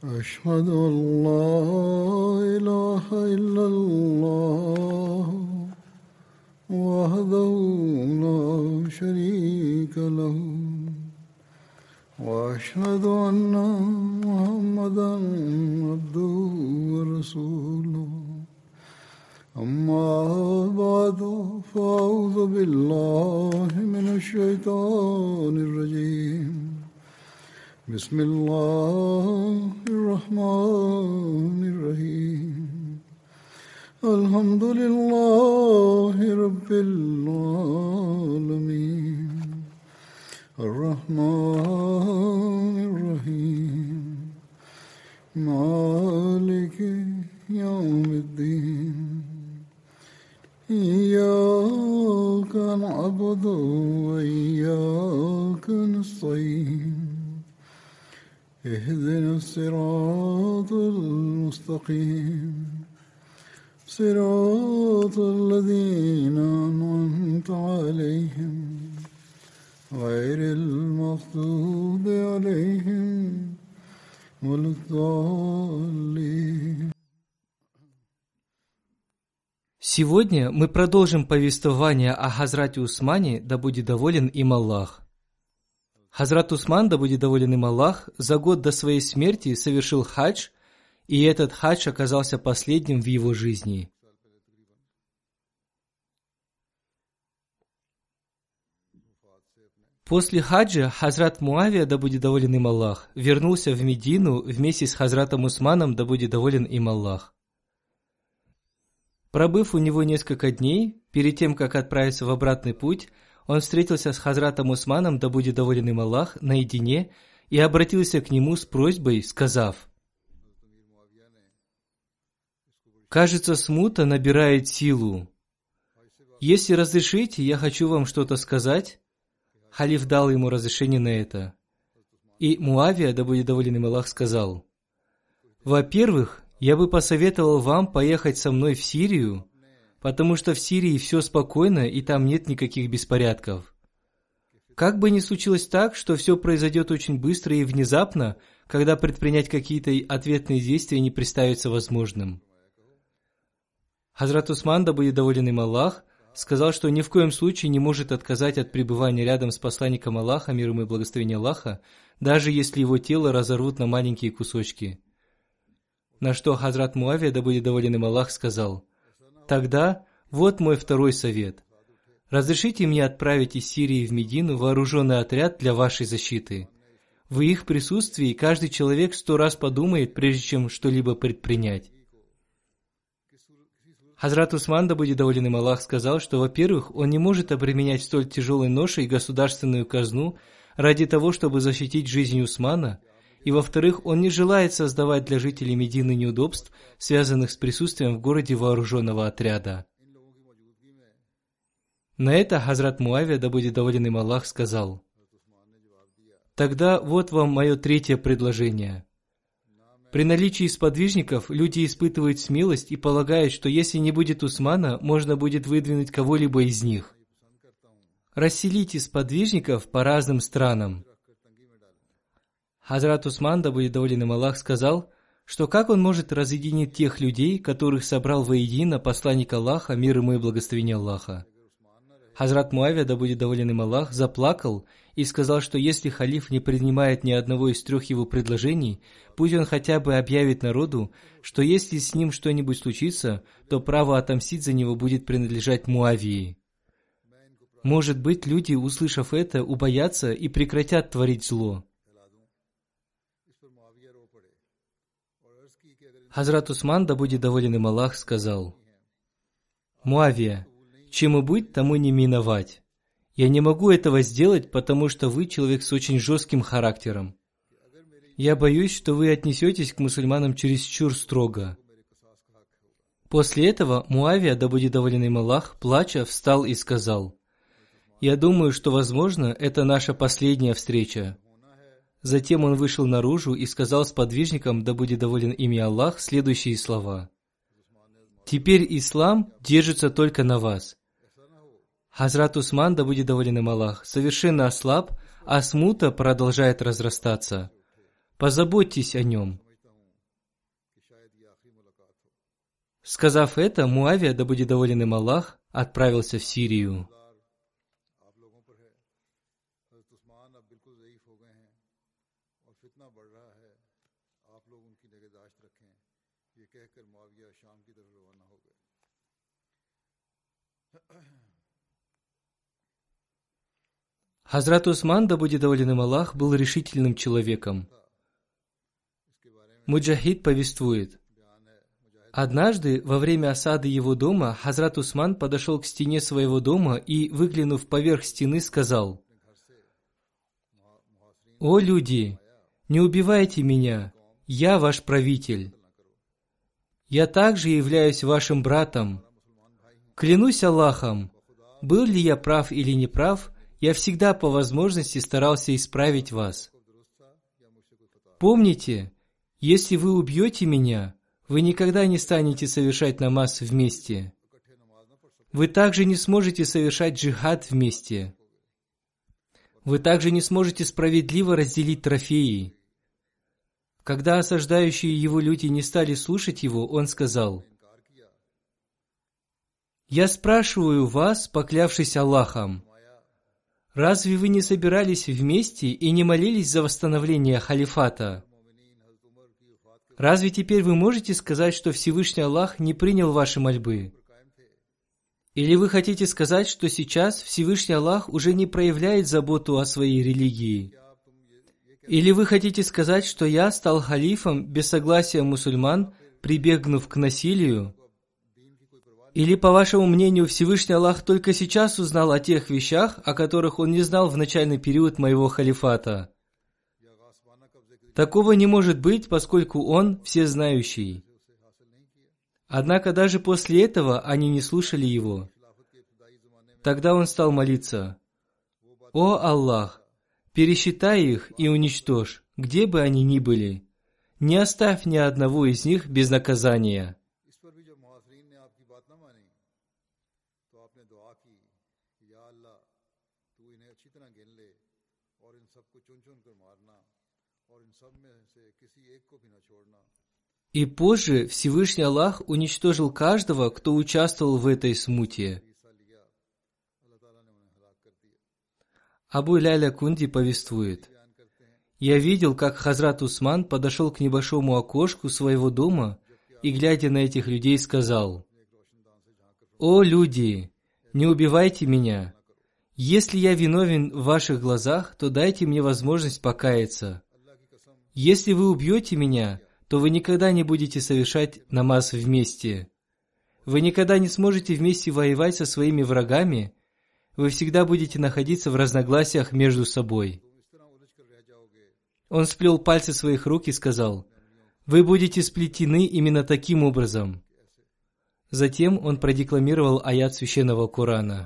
أشهد أن لا إله إلا الله وحده لا شريك له وأشهد أن محمدا عبده ورسوله أما بعد فأعوذ بالله من الشيطان الرجيم بسم الله الرحمن الرحيم الحمد لله رب العالمين الرحمن الرحيم مالك يوم الدين إياك نعبد وإياك نستعين اهدنا الصراط المستقيم صراط الذين أنعمت عليهم غير المغضوب عليهم ولا الضالين. Сегодня мы продолжим повествование о Хазрате Усмане, да будет доволен им Аллах. Хазрат Усман, да будет доволен им Аллах, за год до своей смерти совершил хадж, и этот хадж оказался последним в его жизни. После хаджа Хазрат Муавия, да будет доволен им Аллах, вернулся в Медину вместе с Хазратом Усманом, да будет доволен им Аллах. Пробыв у него несколько дней, перед тем, как отправиться в обратный путь, он встретился с Хазратом Усманом, да будет доволен им Аллах, наедине и обратился к нему с просьбой, сказав: «Кажется, смута набирает силу. Если разрешите, я хочу вам что-то сказать». Халиф дал ему разрешение на это. И Муавия, да будет доволен им Аллах, сказал: «Во-первых, я бы посоветовал вам поехать со мной в Сирию, потому что в Сирии все спокойно и там нет никаких беспорядков. Как бы ни случилось так, что все произойдет очень быстро и внезапно, когда предпринять какие-то ответные действия не представится возможным». Хазрат Усман, да будет доволен им Аллах, сказал, что ни в коем случае не может отказать от пребывания рядом с посланником Аллаха, мир ему и благословение Аллаха, даже если его тело разорвут на маленькие кусочки. На что Хазрат Муавия, да будет доволен им Аллах, сказал: «Тогда вот мой второй совет. Разрешите мне отправить из Сирии в Медину вооруженный отряд для вашей защиты. В их присутствии каждый человек 100 раз подумает, прежде чем что-либо предпринять». Хазрат Усман, да будет доволен им Аллах, сказал, что, во-первых, он не может обременять столь тяжелой ношей государственную казну ради того, чтобы защитить жизнь Усмана, и, во-вторых, он не желает создавать для жителей Медины неудобств, связанных с присутствием в городе вооруженного отряда. На это Хазрат Муавия, да будет доволен им Аллах, сказал: «Тогда вот вам мое третье предложение. При наличии сподвижников люди испытывают смелость и полагают, что если не будет Усмана, можно будет выдвинуть кого-либо из них. Расселите сподвижников по разным странам». Хазрат Усман, да будет доволен им Аллах, сказал, что как он может разъединить тех людей, которых собрал воедино посланник Аллаха, мир ему и благословение Аллаха. Хазрат Муавия, да будет доволен им Аллах, заплакал и сказал, что если халиф не принимает ни одного из 3 его предложений, пусть он хотя бы объявит народу, что если с ним что-нибудь случится, то право отомстить за него будет принадлежать Муавии. Может быть, люди, услышав это, убоятся и прекратят творить зло. Хазрат Усман, да будет доволен им Аллах, сказал: «Муавия, чему быть, тому не миновать. Я не могу этого сделать, потому что вы человек с очень жестким характером. Я боюсь, что вы отнесетесь к мусульманам чересчур строго». После этого Муавия, да будет доволен им Аллах, плача, встал и сказал: «Я думаю, что, возможно, это наша последняя встреча». Затем он вышел наружу и сказал сподвижникам, да будет доволен ими Аллах, следующие слова: «Теперь ислам держится только на вас. Хазрат Усман, да будет доволен им Аллах, совершенно ослаб, а смута продолжает разрастаться. Позаботьтесь о нем. Сказав это, Муавия, да будет доволен им Аллах, отправился в Сирию. Хазрат Усман, да будет доволен им Аллах, был решительным человеком. Муджахид повествует: однажды, во время осады его дома, Хазрат Усман подошел к стене своего дома и, выглянув поверх стены, сказал: «О люди, не убивайте меня, я ваш правитель. Я также являюсь вашим братом. Клянусь Аллахом, был ли я прав или не прав, я всегда по возможности старался исправить вас. Помните, если вы убьете меня, вы никогда не станете совершать намаз вместе. Вы также не сможете совершать джихад вместе. Вы также не сможете справедливо разделить трофеи». Когда осаждающие его люди не стали слушать его, он сказал: «Я спрашиваю вас, поклявшись Аллахом, разве вы не собирались вместе и не молились за восстановление халифата? Разве теперь вы можете сказать, что Всевышний Аллах не принял ваши мольбы? Или вы хотите сказать, что сейчас Всевышний Аллах уже не проявляет заботу о своей религии? Или вы хотите сказать, что я стал халифом без согласия мусульман, прибегнув к насилию? Или, по вашему мнению, Всевышний Аллах только сейчас узнал о тех вещах, о которых Он не знал в начальный период моего халифата? Такого не может быть, поскольку Он всезнающий». Однако даже после этого они не слушали его. Тогда он стал молиться: «О Аллах, пересчитай их и уничтожь, где бы они ни были. Не оставь ни одного из них без наказания». И позже Всевышний Аллах уничтожил каждого, кто участвовал в этой смуте. Абу Ляля Кунди повествует: «Я видел, как Хазрат Усман подошел к небольшому окошку своего дома и, глядя на этих людей, сказал: «О люди, не убивайте меня. Если я виновен в ваших глазах, то дайте мне возможность покаяться. Если вы убьете меня, то вы никогда не будете совершать намаз вместе. Вы никогда не сможете вместе воевать со своими врагами. Вы всегда будете находиться в разногласиях между собой». Он сплел пальцы своих рук и сказал: «Вы будете сплетены именно таким образом». Затем он продекламировал аят священного Корана.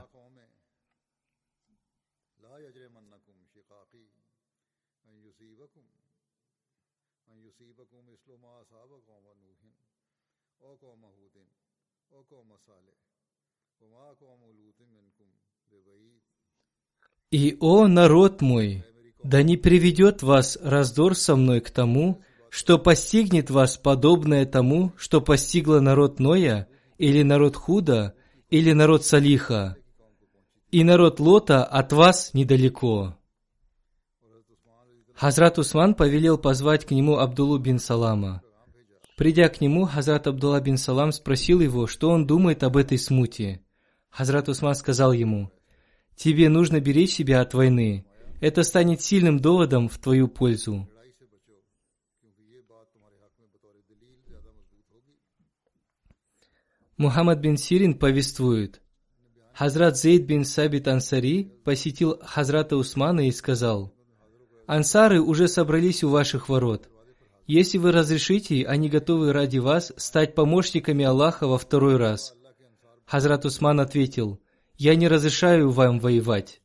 «И, о народ мой, да не приведет вас раздор со мной к тому, что постигнет вас подобное тому, что постигло народ Ноя, или народ Худа, или народ Салиха, и народ Лота от вас недалеко». Хазрат Усман повелел позвать к нему Абдуллу бин Салама. Придя к нему, Хазрат Абдулла бин Салам спросил его, что он думает об этой смуте. Хазрат Усман сказал ему: «Тебе нужно беречь себя от войны. Это станет сильным доводом в твою пользу». Мухаммад бин Сирин повествует: Хазрат Зейд бин Сабит Ансари посетил Хазрата Усмана и сказал: «Ансары уже собрались у ваших ворот. Если вы разрешите, они готовы ради вас стать помощниками Аллаха во второй раз». Хазрат Усман ответил: «Я не разрешаю вам воевать».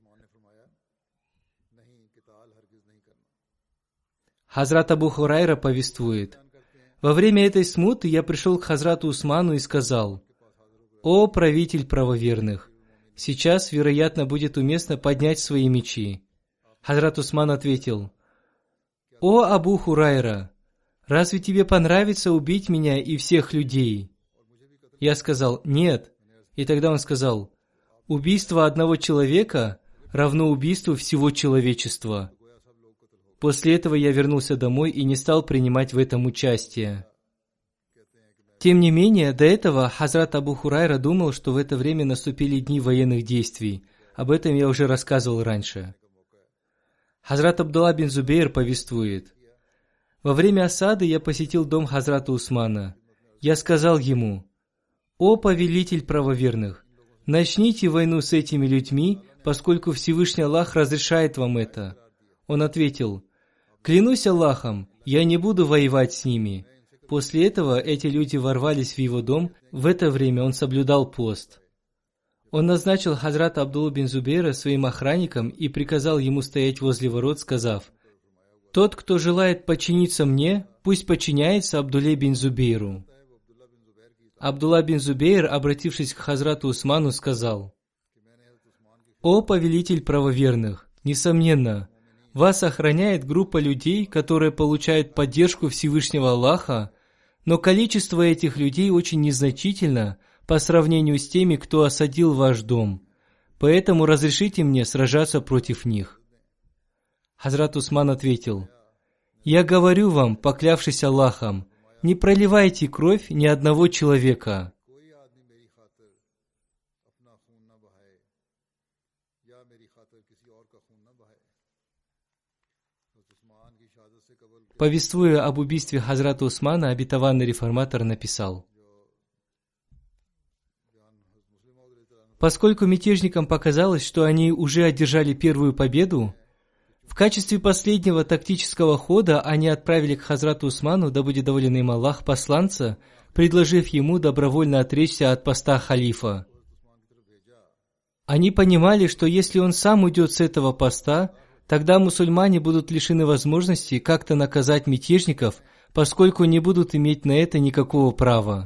Хазрат Абу Хурайра повествует: «Во время этой смуты я пришел к Хазрату Усману и сказал: „О правитель правоверных, сейчас, вероятно, будет уместно поднять свои мечи“. Хазрат Усман ответил: «О Абу Хурайра, разве тебе понравится убить меня и всех людей? Я сказал: «Нет». И тогда он сказал: «Убийство одного человека равно убийству всего человечества». После этого я вернулся домой и не стал принимать в этом участие. Тем не менее, до этого Хазрат Абу Хурайра думал, что в это время наступили дни военных действий. Об этом я уже рассказывал раньше. Хазрат Абдулла бин Зубейр повествует: «Во время осады я посетил дом Хазрата Усмана. Я сказал ему: „О повелитель правоверных, начните войну с этими людьми, поскольку Всевышний Аллах разрешает вам это». Он ответил: «Клянусь Аллахом, я не буду воевать с ними». После этого эти люди ворвались в его дом, в это время он соблюдал пост. Он назначил Хазрата Абдуллу бин Зубейра своим охранником и приказал ему стоять возле ворот, сказав: «Тот, кто желает подчиниться мне, пусть подчиняется Абдулле бин Зубейру». Абдулла бин Зубейр, обратившись к Хазрату Усману, сказал: «О повелитель правоверных, несомненно, вас охраняет группа людей, которые получают поддержку Всевышнего Аллаха, но количество этих людей очень незначительно по сравнению с теми, кто осадил ваш дом. Поэтому разрешите мне сражаться против них». Хазрат Усман ответил: «Я говорю вам, поклявшись Аллахом, не проливайте кровь ни одного человека». Повествуя об убийстве Хазрата Усмана, обетованный реформатор написал: «Поскольку мятежникам показалось, что они уже одержали первую победу, в качестве последнего тактического хода они отправили к Хазрату Усману, да будет доволен им Аллах, посланца, предложив ему добровольно отречься от поста халифа. Они понимали, что если он сам уйдет с этого поста, тогда мусульмане будут лишены возможности как-то наказать мятежников, поскольку не будут иметь на это никакого права.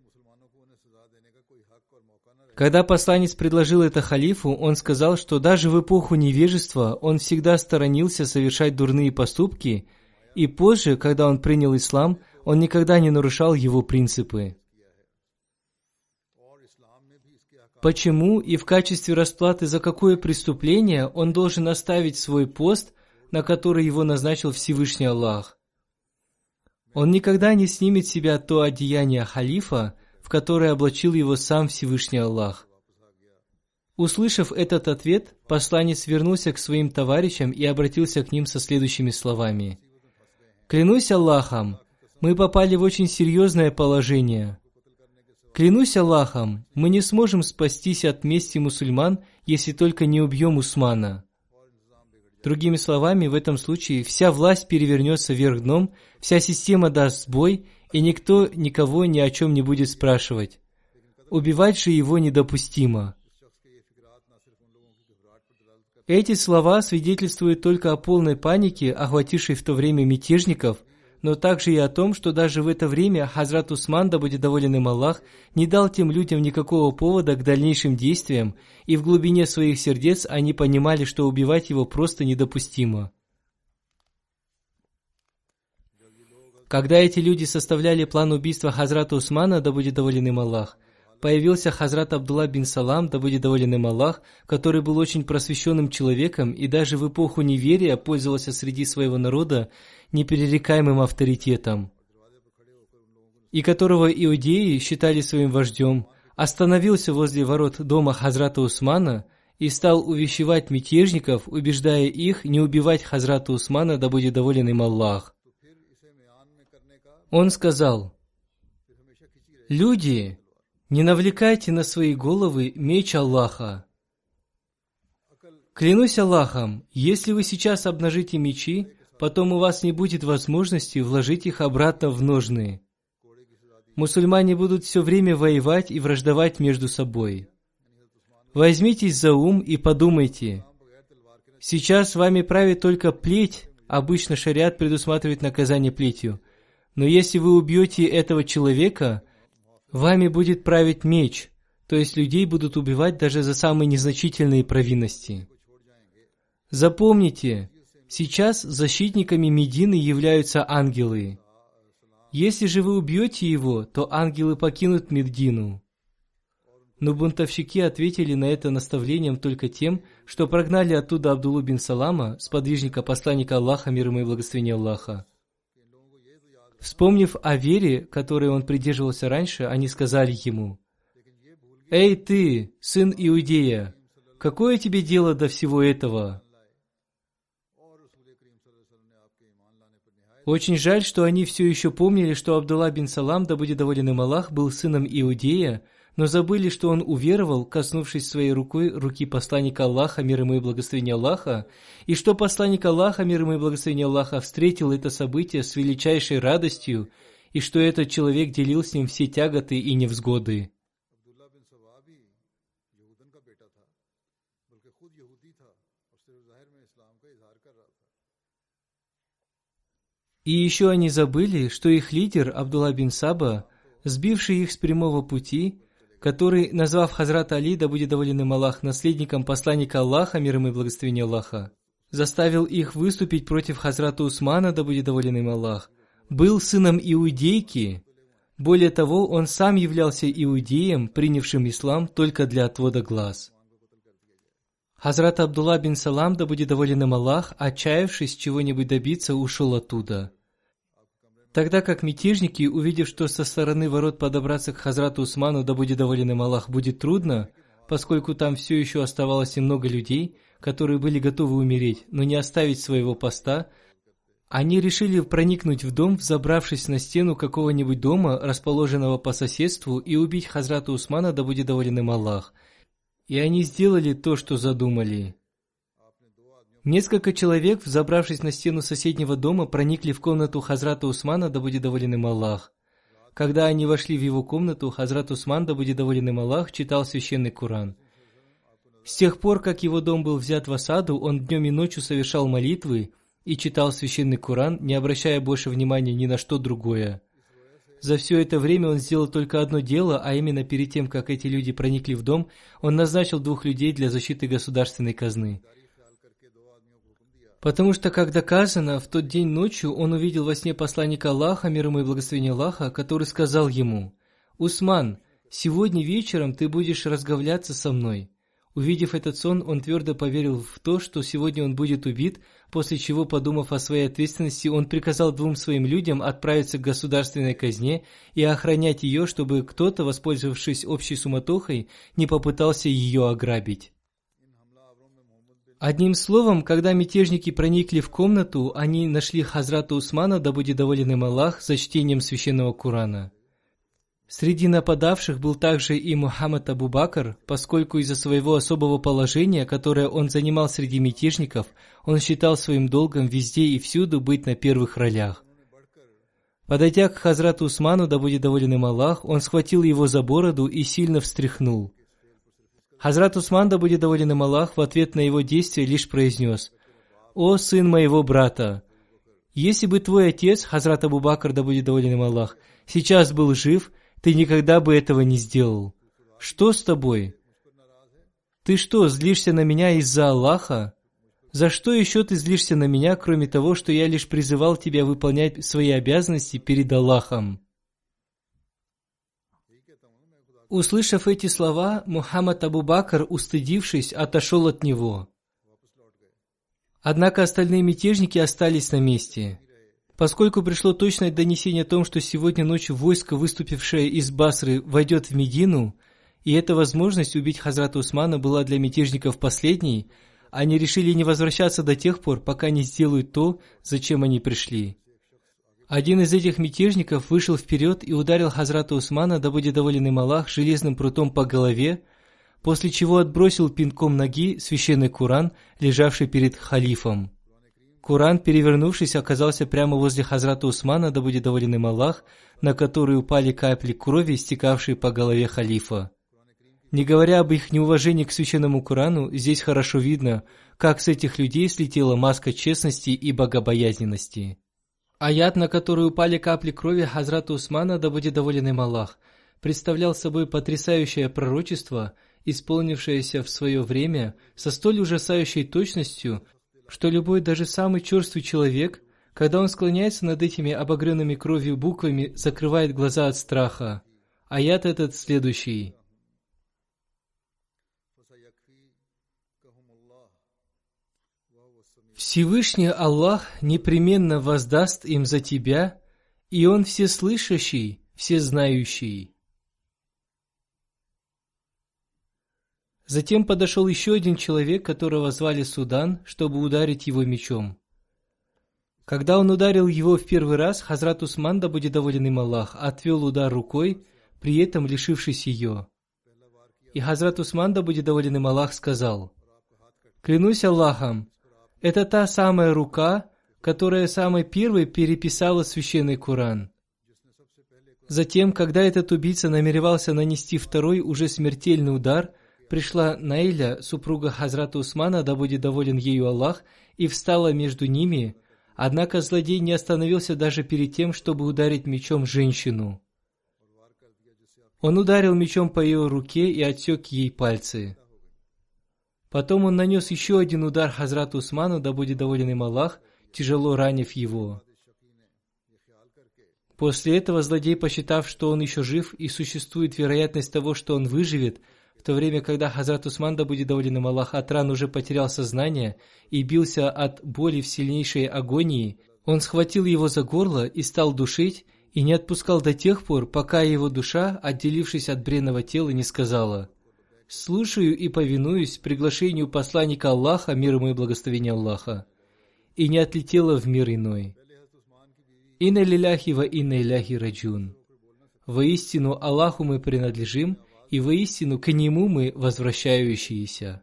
Когда посланец предложил это халифу, он сказал, что даже в эпоху невежества он всегда сторонился совершать дурные поступки, и позже, когда он принял ислам, он никогда не нарушал его принципы. Почему и в качестве расплаты за какое преступление он должен оставить свой пост, на который его назначил Всевышний Аллах? Он никогда не снимет с себя то одеяние халифа, в которое облачил его сам Всевышний Аллах. Услышав этот ответ, посланец вернулся к своим товарищам и обратился к ним со следующими словами: «Клянусь Аллахом, мы попали в очень серьезное положение. Клянусь Аллахом, мы не сможем спастись от мести мусульман, если только не убьем Усмана». Другими словами, в этом случае вся власть перевернется вверх дном, вся система даст сбой, и никто никого ни о чем не будет спрашивать. Убивать же его недопустимо. Эти слова свидетельствуют только о полной панике, охватившей в то время мятежников, но также и о том, что даже в это время Хазрат Усман, да будет доволен им Аллах, не дал тем людям никакого повода к дальнейшим действиям, и в глубине своих сердец они понимали, что убивать его просто недопустимо. Когда эти люди составляли план убийства Хазрата Усмана, да будет доволен им Аллах, появился Хазрат Абдулла бин Салам, да будет доволен им Аллах, который был очень просвещенным человеком и даже в эпоху неверия пользовался среди своего народа неперерекаемым авторитетом, и которого иудеи считали своим вождем, остановился возле ворот дома Хазрата Усмана и стал увещевать мятежников, убеждая их не убивать Хазрата Усмана, да будет доволен им Аллах. Он сказал: «Люди, не навлекайте на свои головы меч Аллаха. Клянусь Аллахом, если вы сейчас обнажите мечи, потом у вас не будет возможности вложить их обратно в ножны. Мусульмане будут все время воевать и враждовать между собой. Возьмитесь за ум и подумайте. Сейчас вами правит только плеть, обычно шариат предусматривает наказание плетью, но если вы убьете этого человека, вами будет править меч, то есть людей будут убивать даже за самые незначительные провинности. Запомните, сейчас защитниками Медины являются ангелы. Если же вы убьете его, то ангелы покинут Медину. Но бунтовщики ответили на это наставлением только тем, что прогнали оттуда Абдуллу бин Салама, сподвижника посланника Аллаха, мир ему и благословение Аллаха. Вспомнив о вере, которой он придерживался раньше, они сказали ему: «Эй ты, сын Иудея, какое тебе дело до всего этого?» Очень жаль, что они все еще помнили, что Абдулла бин Салам, да будет доволен им Аллах, был сыном Иудея, но забыли, что он уверовал, коснувшись своей рукой руки посланника Аллаха, мир ему и благословение Аллаха, и что посланник Аллаха, мир ему и благословение Аллаха, встретил это событие с величайшей радостью, и что этот человек делил с ним все тяготы и невзгоды. И еще они забыли, что их лидер, Абдулла бин Саба, сбивший их с прямого пути, который, назвав Хазрата Али, да будет доволен им Аллах, наследником посланника Аллаха, мир ему и благословение Аллаха, заставил их выступить против Хазрата Усмана, да будет доволен им Аллах, был сыном иудейки. Более того, он сам являлся иудеем, принявшим ислам только для отвода глаз. Хазрат Абдулла бин Салам, да будет доволен им Аллах, отчаявшись чего-нибудь добиться, ушел оттуда. Тогда как мятежники, увидев, что со стороны ворот подобраться к Хазрату Усману, да будет доволен им Аллах, будет трудно, поскольку там все еще оставалось немного людей, которые были готовы умереть, но не оставить своего поста, они решили проникнуть в дом, взобравшись на стену какого-нибудь дома, расположенного по соседству, и убить Хазрата Усмана, да будет доволен им Аллах. И они сделали то, что задумали. Несколько человек, взобравшись на стену соседнего дома, проникли в комнату Хазрата Усмана, да будет доволен им Аллах. Когда они вошли в его комнату, Хазрат Усман, да будет доволен им Аллах, читал священный Коран. С тех пор, как его дом был взят в осаду, он днем и ночью совершал молитвы и читал священный Коран, не обращая больше внимания ни на что другое. За все это время он сделал только одно дело, а именно перед тем, как эти люди проникли в дом, он назначил 2 людей для защиты государственной казны. Потому что, как доказано, в тот день ночью он увидел во сне посланника Аллаха, мир ему и благословение Аллаха, который сказал ему: «Усман, сегодня вечером ты будешь разговляться со мной». Увидев этот сон, он твердо поверил в то, что сегодня он будет убит, после чего, подумав о своей ответственности, он приказал 2 своим людям отправиться к государственной казне и охранять ее, чтобы кто-то, воспользовавшись общей суматохой, не попытался ее ограбить. Одним словом, когда мятежники проникли в комнату, они нашли Хазрата Усмана, да будет доволен им Аллах, за чтением священного Корана. Среди нападавших был также и Мухаммад Абу Бакр, поскольку из-за своего особого положения, которое он занимал среди мятежников, он считал своим долгом везде и всюду быть на первых ролях. Подойдя к Хазрату Усману, да будет доволен им Аллах, он схватил его за бороду и сильно встряхнул. Хазрат Усман, да будет доволен им Аллах, в ответ на его действия лишь произнес: «О сын моего брата! Если бы твой отец, Хазрат Абу Бакр, да будет доволен им Аллах, сейчас был жив, ты никогда бы этого не сделал. Что с тобой? Ты что, злишься на меня из-за Аллаха? За что еще ты злишься на меня, кроме того, что я лишь призывал тебя выполнять свои обязанности перед Аллахом?» Услышав эти слова, Мухаммад Абу Бакр, устыдившись, отошел от него. Однако остальные мятежники остались на месте. Поскольку пришло точное донесение о том, что сегодня ночью войско, выступившее из Басры, войдет в Медину, и эта возможность убить Хазрата Усмана была для мятежников последней, они решили не возвращаться до тех пор, пока не сделают то, зачем они пришли. Один из этих мятежников вышел вперед и ударил Хазрата Усмана, да будет доволен им Аллах, железным прутом по голове, после чего отбросил пинком ноги священный Коран, лежавший перед халифом. Коран, перевернувшись, оказался прямо возле Хазрата Усмана, да будет доволен им Аллах, на который упали капли крови, стекавшие по голове халифа. Не говоря об их неуважении к священному Корану, здесь хорошо видно, как с этих людей слетела маска честности и богобоязненности. Аят, на который упали капли крови Хазрата Усмана, да будет доволен им Аллах, представлял собой потрясающее пророчество, исполнившееся в свое время со столь ужасающей точностью, что любой, даже самый черствый человек, Когда он склоняется над этими обогренными кровью буквами, закрывает глаза от страха. Аят этот следующий. Всевышний Аллах непременно воздаст им за тебя, и Он всеслышащий, всезнающий. Затем подошел еще один человек, которого звали Судан, чтобы ударить его мечом. Когда он ударил его в первый раз, Хазрат Усман, да будет доволен им Аллах, отвел удар рукой, при этом лишившись ее. И Хазрат Усман, да будет доволен им Аллах, сказал: «Клянусь Аллахом, это та самая рука, которая самой первой переписала священный Коран». Затем, когда этот убийца намеревался нанести второй, уже смертельный удар, пришла Найля, супруга Хазрата Усмана, да будет доволен ею Аллах, и встала между ними, однако злодей не остановился даже перед тем, чтобы ударить мечом женщину. Он ударил мечом по ее руке и отсек ей пальцы. Потом он нанес еще один удар Хазрату Усману, да будет доволен им Аллах, тяжело ранив его. После этого злодей, посчитав, что он еще жив и существует вероятность того, что он выживет, в то время, когда Хазрат Усман, да будет доволен им Аллах, от ран уже потерял сознание и бился от боли в сильнейшей агонии, он схватил его за горло и стал душить, и не отпускал до тех пор, пока его душа, отделившись от бренного тела, не сказала: «Слушаю и повинуюсь приглашению посланника Аллаха, мир ему и благословение Аллаха», и не отлетела в мир иной. «Инна лиляхи ва инна иляхи раджун». Воистину Аллаху мы принадлежим, и воистину к Нему мы возвращающиеся.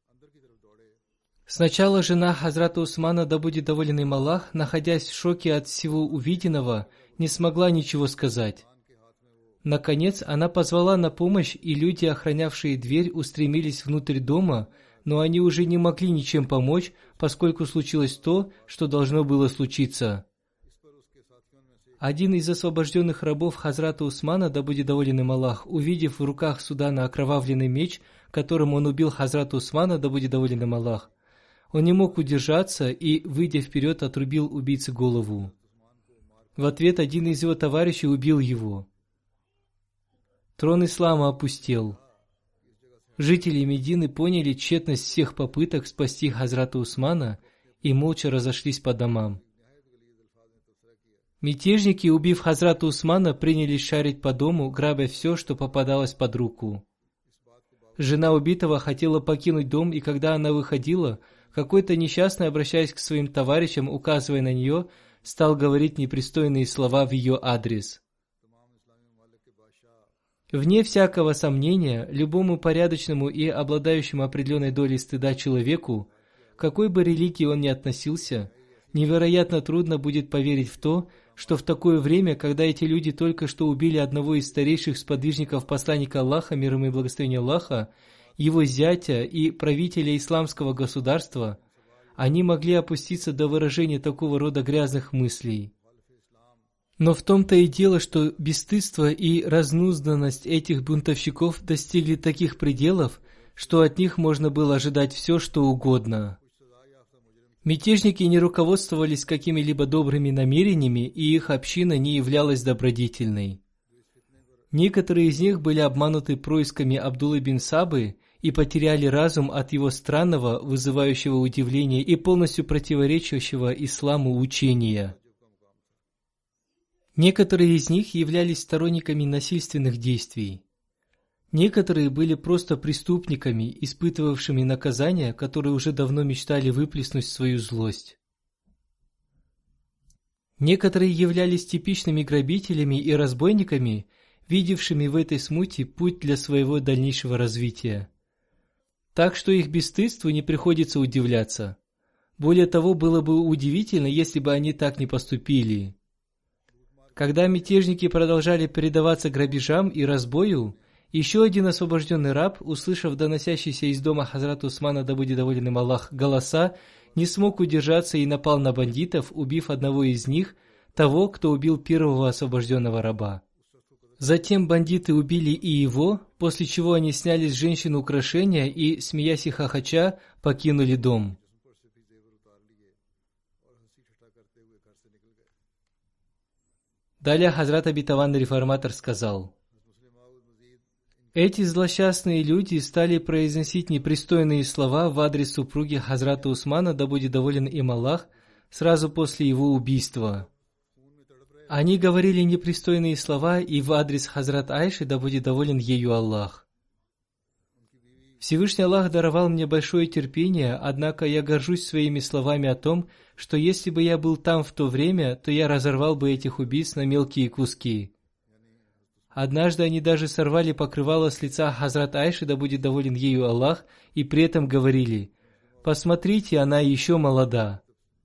Сначала жена Хазрата Усмана, да будет доволен им Аллах, находясь в шоке от всего увиденного, не смогла ничего сказать. Наконец, она позвала на помощь, и люди, охранявшие дверь, устремились внутрь дома, но они уже не могли ничем помочь, поскольку случилось то, что должно было случиться. Один из освобожденных рабов Хазрата Усмана, да будет доволен им Аллах, увидев в руках Судана окровавленный меч, которым он убил Хазрата Усмана, да будет доволен им Аллах, он не мог удержаться и, выйдя вперед, отрубил убийце голову. В ответ один из его товарищей убил его. Трон ислама опустел. Жители Медины поняли тщетность всех попыток спасти Хазрата Усмана и молча разошлись по домам. Мятежники, убив Хазрата Усмана, принялись шарить по дому, грабя все, что попадалось под руку. Жена убитого хотела покинуть дом, и когда она выходила, какой-то несчастный, обращаясь к своим товарищам, указывая на нее, стал говорить непристойные слова в ее адрес. Вне всякого сомнения, любому порядочному и обладающему определенной долей стыда человеку, к какой бы религии он ни относился, невероятно трудно будет поверить в то, что в такое время, когда эти люди только что убили одного из старейших сподвижников посланника Аллаха, мир ему и благословение Аллаха, его зятя и правителя исламского государства, они могли опуститься до выражения такого рода грязных мыслей. Но в том-то и дело, что бесстыдство и разнузданность этих бунтовщиков достигли таких пределов, что от них можно было ожидать все, что угодно. Мятежники не руководствовались какими-либо добрыми намерениями, и их община не являлась добродетельной. Некоторые из них были обмануты происками Абдуллы бин Сабы и потеряли разум от его странного, вызывающего удивление и полностью противоречащего исламу учения. Некоторые из них являлись сторонниками насильственных действий. Некоторые были просто преступниками, испытывавшими наказания, которые уже давно мечтали выплеснуть свою злость. Некоторые являлись типичными грабителями и разбойниками, видевшими в этой смуте путь для своего дальнейшего развития. Так что их бесстыдству не приходится удивляться. Более того, было бы удивительно, если бы они так не поступили. Когда мятежники продолжали предаваться грабежам и разбою, еще один освобожденный раб, услышав доносящиеся из дома Хазрата Усмана, да будет доволен им Аллах, голоса, не смог удержаться и напал на бандитов, убив одного из них, того, кто убил первого освобожденного раба. Затем бандиты убили и его, после чего они сняли с женщины украшения и, смеясь и хохоча, покинули дом. Далее Хазрат обетованный реформатор сказал: эти злосчастные люди стали произносить непристойные слова в адрес супруги Хазрата Усмана, да будет доволен им Аллах, сразу после его убийства. Они говорили непристойные слова и в адрес Хазрат Айши, да будет доволен ею Аллах. Всевышний Аллах даровал мне большое терпение, однако я горжусь своими словами о том, что если бы я был там в то время, то я разорвал бы этих убийц на мелкие куски. Однажды они даже сорвали покрывало с лица Хазрат Айши, да будет доволен ею Аллах, и при этом говорили: «Посмотрите, она еще молода».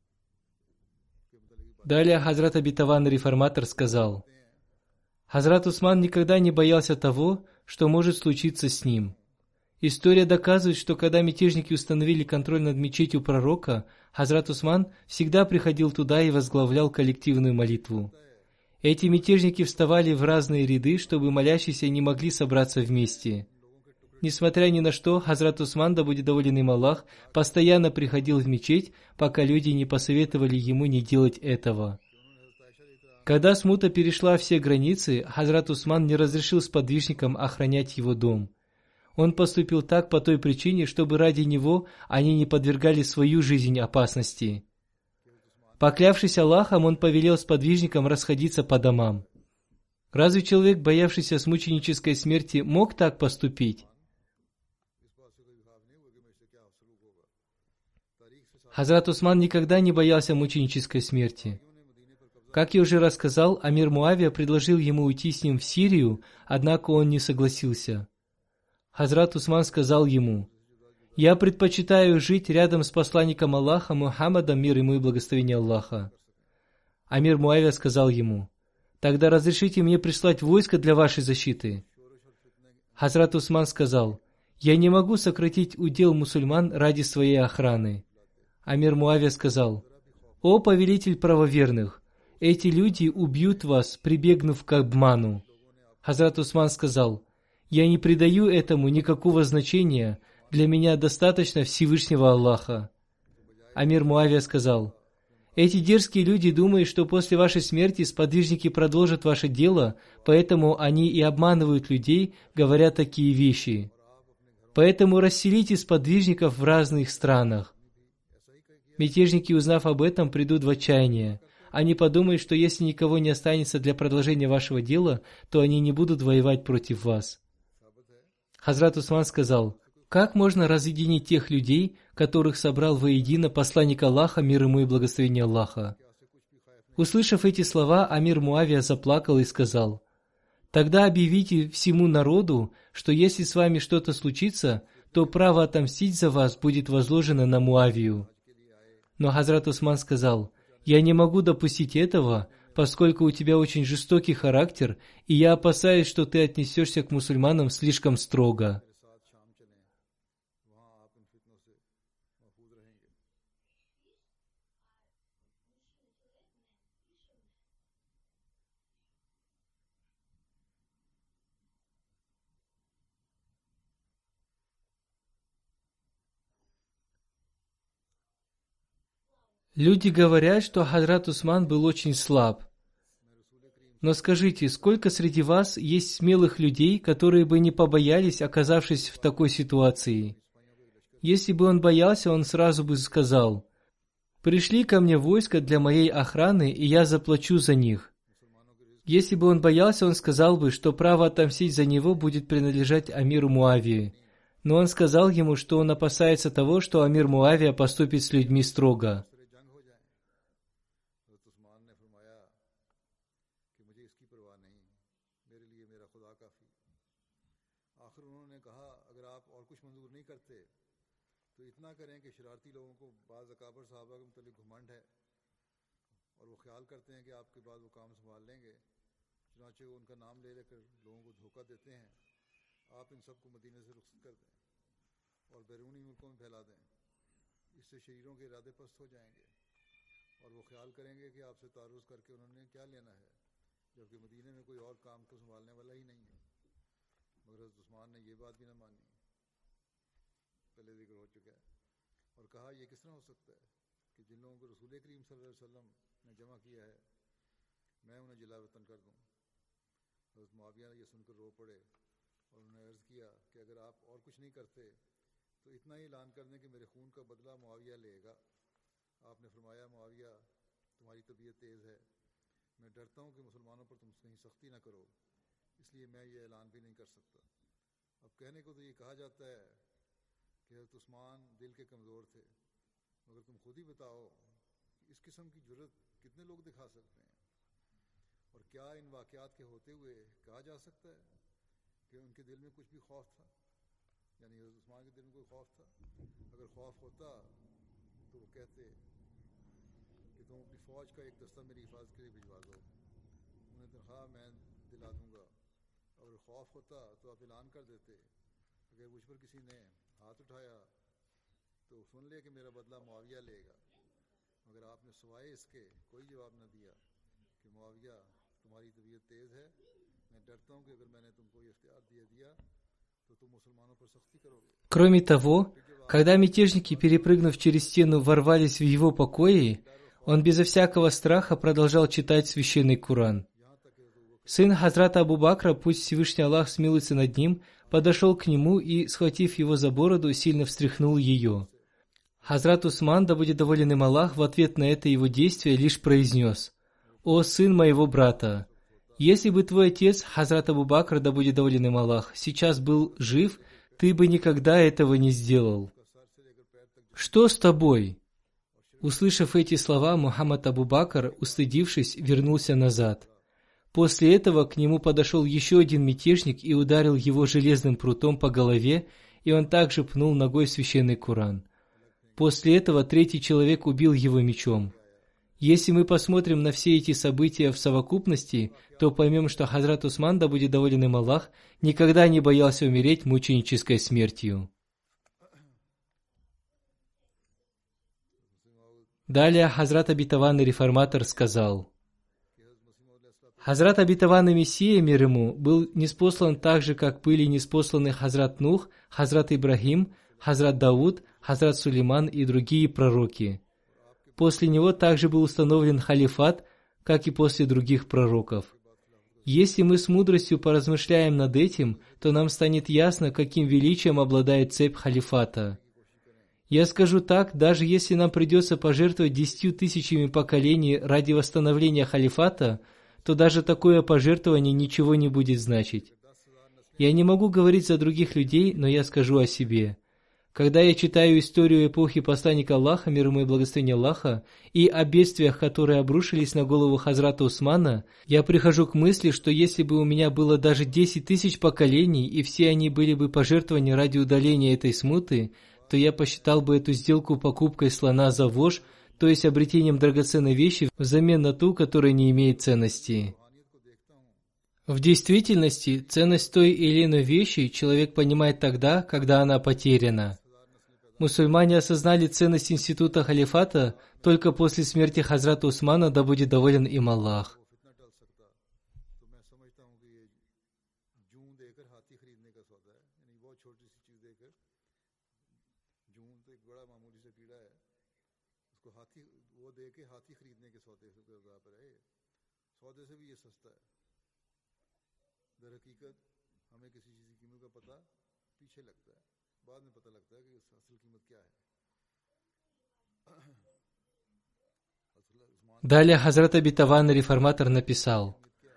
Далее Хазрат обетованный реформатор сказал: Хазрат Усман никогда не боялся того, что может случиться с ним. История доказывает, что когда мятежники установили контроль над мечетью пророка, Хазрат Усман всегда приходил туда и возглавлял коллективную молитву. Эти мятежники вставали в разные ряды, чтобы молящиеся не могли собраться вместе. Несмотря ни на что, Хазрат Усман, да будет доволен им Аллах, постоянно приходил в мечеть, пока люди не посоветовали ему не делать этого. Когда смута перешла все границы, Хазрат Усман не разрешил сподвижникам охранять его дом. Он поступил так по той причине, чтобы ради него они не подвергали свою жизнь опасности. Поклявшись Аллахом, он повелел сподвижникам расходиться по домам. Разве человек, боявшийся мученической смерти, мог так поступить? Хазрат Усман никогда не боялся мученической смерти. Как я уже рассказал, амир Муавия предложил ему уйти с ним в Сирию, однако он не согласился. Хазрат Усман сказал ему: «Я предпочитаю жить рядом с посланником Аллаха Мухаммадом, мир ему и благословение Аллаха». Амир Муавия сказал ему: «Тогда разрешите мне прислать войско для вашей защиты». Хазрат Усман сказал: «Я не могу сократить удел мусульман ради своей охраны». Амир Муавия сказал: «О повелитель правоверных, эти люди убьют вас, прибегнув к обману». Хазрат Усман сказал: «Я не придаю этому никакого значения, для меня достаточно Всевышнего Аллаха». Амир Муавия сказал: «Эти дерзкие люди думают, что после вашей смерти сподвижники продолжат ваше дело, поэтому они и обманывают людей, говоря такие вещи. Поэтому расселите сподвижников в разных странах. Мятежники, узнав об этом, придут в отчаяние. Они подумают, что если никого не останется для продолжения вашего дела, то они не будут воевать против вас». Хазрат Усман сказал: «Как можно разъединить тех людей, которых собрал воедино посланник Аллаха, мир ему и благословение Аллаха?» Услышав эти слова, амир Муавия заплакал и сказал: «Тогда объявите всему народу, что если с вами что-то случится, то право отомстить за вас будет возложено на Муавию». Но Хазрат Усман сказал: «Я не могу допустить этого, поскольку у тебя очень жестокий характер, и я опасаюсь, что ты отнесешься к мусульманам слишком строго». Люди говорят, что Хазрат Усман был очень слаб. Но скажите, сколько среди вас есть смелых людей, которые бы не побоялись, оказавшись в такой ситуации? Если бы он боялся, он сразу бы сказал: «Пришли ко мне войско для моей охраны, и я заплачу за них». Если бы он боялся, он сказал бы, что право отомстить за него будет принадлежать амиру Муавии. Но он сказал ему, что он опасается того, что амир Муавия поступит с людьми строго. Кроме того, когда мятежники, перепрыгнув через стену, ворвались в его покои, он безо всякого страха продолжал читать священный Коран. Сын Хазрата Абу Бакра, пусть Всевышний Аллах смилуется над ним, подошел к нему и, схватив его за бороду, сильно встряхнул ее. Хазрат Усман, да будет доволен им Аллах, в ответ на это его действие лишь произнес: «О сын моего брата, если бы твой отец, Хазрат Абу Бакр, да будет доволен им Аллах, сейчас был жив, ты бы никогда этого не сделал. Что с тобой?» Услышав эти слова, Мухаммад Абу Бакр, устыдившись, вернулся назад. После этого к нему подошел еще один мятежник и ударил его железным прутом по голове, и он также пнул ногой священный Коран. После этого третий человек убил его мечом. Если мы посмотрим на все эти события в совокупности, то поймем, что Хазрат Усман, да будет доволен им Аллах, никогда не боялся умереть мученической смертью. Далее Хазрат Обетованный Реформатор сказал: Хазрат Обетованный Мессия, мир ему, был ниспослан так же, как были ниспосланы Хазрат Нух, Хазрат Ибрахим, Хазрат Дауд, Хазрат Сулейман и другие пророки. После него также был установлен халифат, как и после других пророков. Если мы с мудростью поразмышляем над этим, то нам станет ясно, каким величием обладает цепь халифата. Я скажу так, даже если нам придется пожертвовать 10 000 поколений ради восстановления халифата, то даже такое пожертвование ничего не будет значить. Я не могу говорить за других людей, но я скажу о себе. Когда я читаю историю эпохи посланника Аллаха, мир ему и благословение Аллаха, и о бедствиях, которые обрушились на голову Хазрата Усмана, я прихожу к мысли, что если бы у меня было даже 10 000 поколений, и все они были бы пожертвованы ради удаления этой смуты, то я посчитал бы эту сделку покупкой слона за вож, то есть обретением драгоценной вещи взамен на ту, которая не имеет ценности. В действительности, ценность той или иной вещи человек понимает тогда, когда она потеряна. Мусульмане осознали ценность института халифата только после смерти Хазрата Усмана, да будет доволен им Аллах. Далее Хазрат Обетованный Реформатор написал: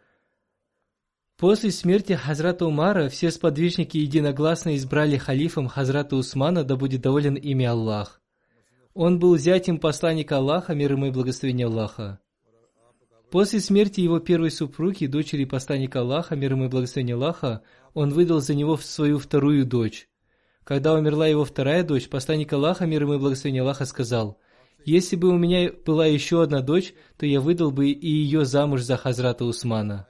После смерти Хазрата Умара все сподвижники единогласно избрали халифом Хазрата Усмана, да будет доволен ими Аллах. Он был зятем посланника Аллаха, мир ему и благословение Аллаха. После смерти его первой супруги, дочери посланника Аллаха, мир ему и благословение Аллаха, он выдал за него свою вторую дочь. Когда умерла его вторая дочь, посланник Аллаха, мир ему и благословение Аллаха, сказал: «Если бы у меня была еще одна дочь, то я выдал бы и ее замуж за Хазрата Усмана».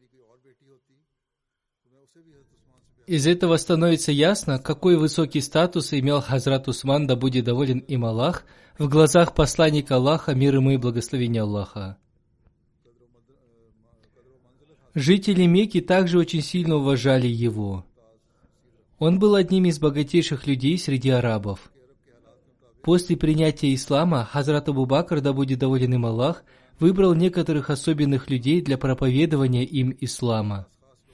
Из этого становится ясно, какой высокий статус имел Хазрат Усман, да будет доволен им Аллах, в глазах посланника Аллаха, мир ему и благословение Аллаха. Жители Мекки также очень сильно уважали его. Он был одним из богатейших людей среди арабов. После принятия ислама Хазрат Абу Бакр, да будет доволен им Аллах, выбрал некоторых особенных людей для проповедования им ислама.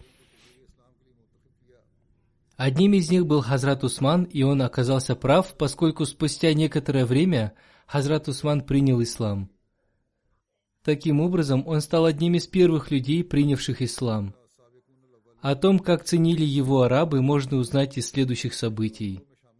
Одним из них был Хазрат Усман, и он оказался прав, поскольку спустя некоторое время Хазрат Усман принял ислам. Таким образом, он стал одним из первых людей, принявших ислам. О том, как ценили его арабы, можно узнать из следующих событий.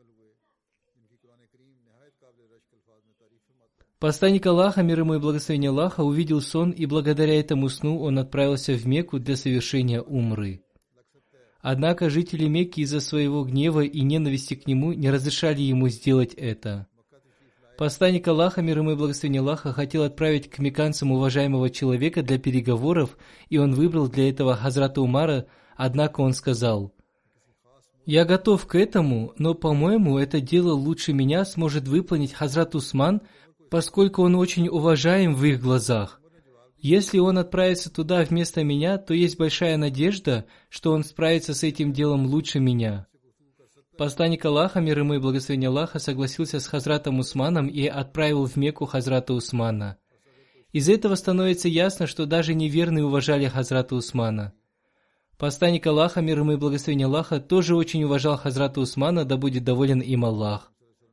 Посланник Аллаха, мир ему и благословение Аллаха, увидел сон, и благодаря этому сну он отправился в Мекку для совершения умры. Однако жители Мекки из-за своего гнева и ненависти к нему не разрешали ему сделать это. Посланник Аллаха, мир ему и благословение Аллаха, хотел отправить к мекканцам уважаемого человека для переговоров, и он выбрал для этого Хазрата Умара, однако он сказал: «Я готов к этому, но, по-моему, это дело лучше меня сможет выполнить Хазрат Усман, поскольку он очень уважаем в их глазах. Если он отправится туда вместо меня, то есть большая надежда, что он справится с этим делом лучше меня». Посланник Аллаха, мир ему и благословение Аллаха, согласился с Хазратом Усманом и отправил в Мекку Хазрата Усмана. Из этого становится ясно, что даже неверные уважали Хазрата Усмана. Посланник Аллаха, мир ему и благословение Аллаха, тоже очень уважал Хазрата Усмана, да будет доволен им Аллах.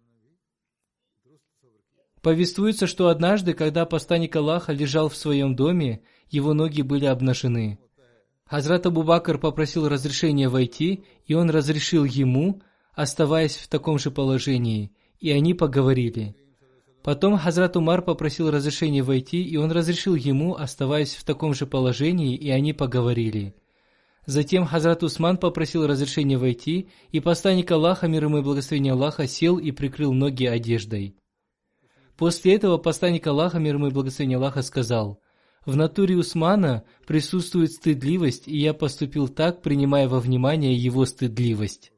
Повествуется, что однажды, когда посланник Аллаха лежал в своем доме, его ноги были обнажены. Хазрат Абу Бакр попросил разрешения войти, и он разрешил ему, оставаясь в таком же положении, и они поговорили. Потом Хазрат Умар попросил разрешения войти, и он разрешил ему, оставаясь в таком же положении, и они поговорили. Затем Хазрат Усман попросил разрешения войти, и посланник Аллаха, мир ему и благословение Аллаха, сел и прикрыл ноги одеждой. После этого посланник Аллаха, мир ему и благословение Аллаха, сказал: «В натуре Усмана присутствует стыдливость, и я поступил так, принимая во внимание его стыдливость».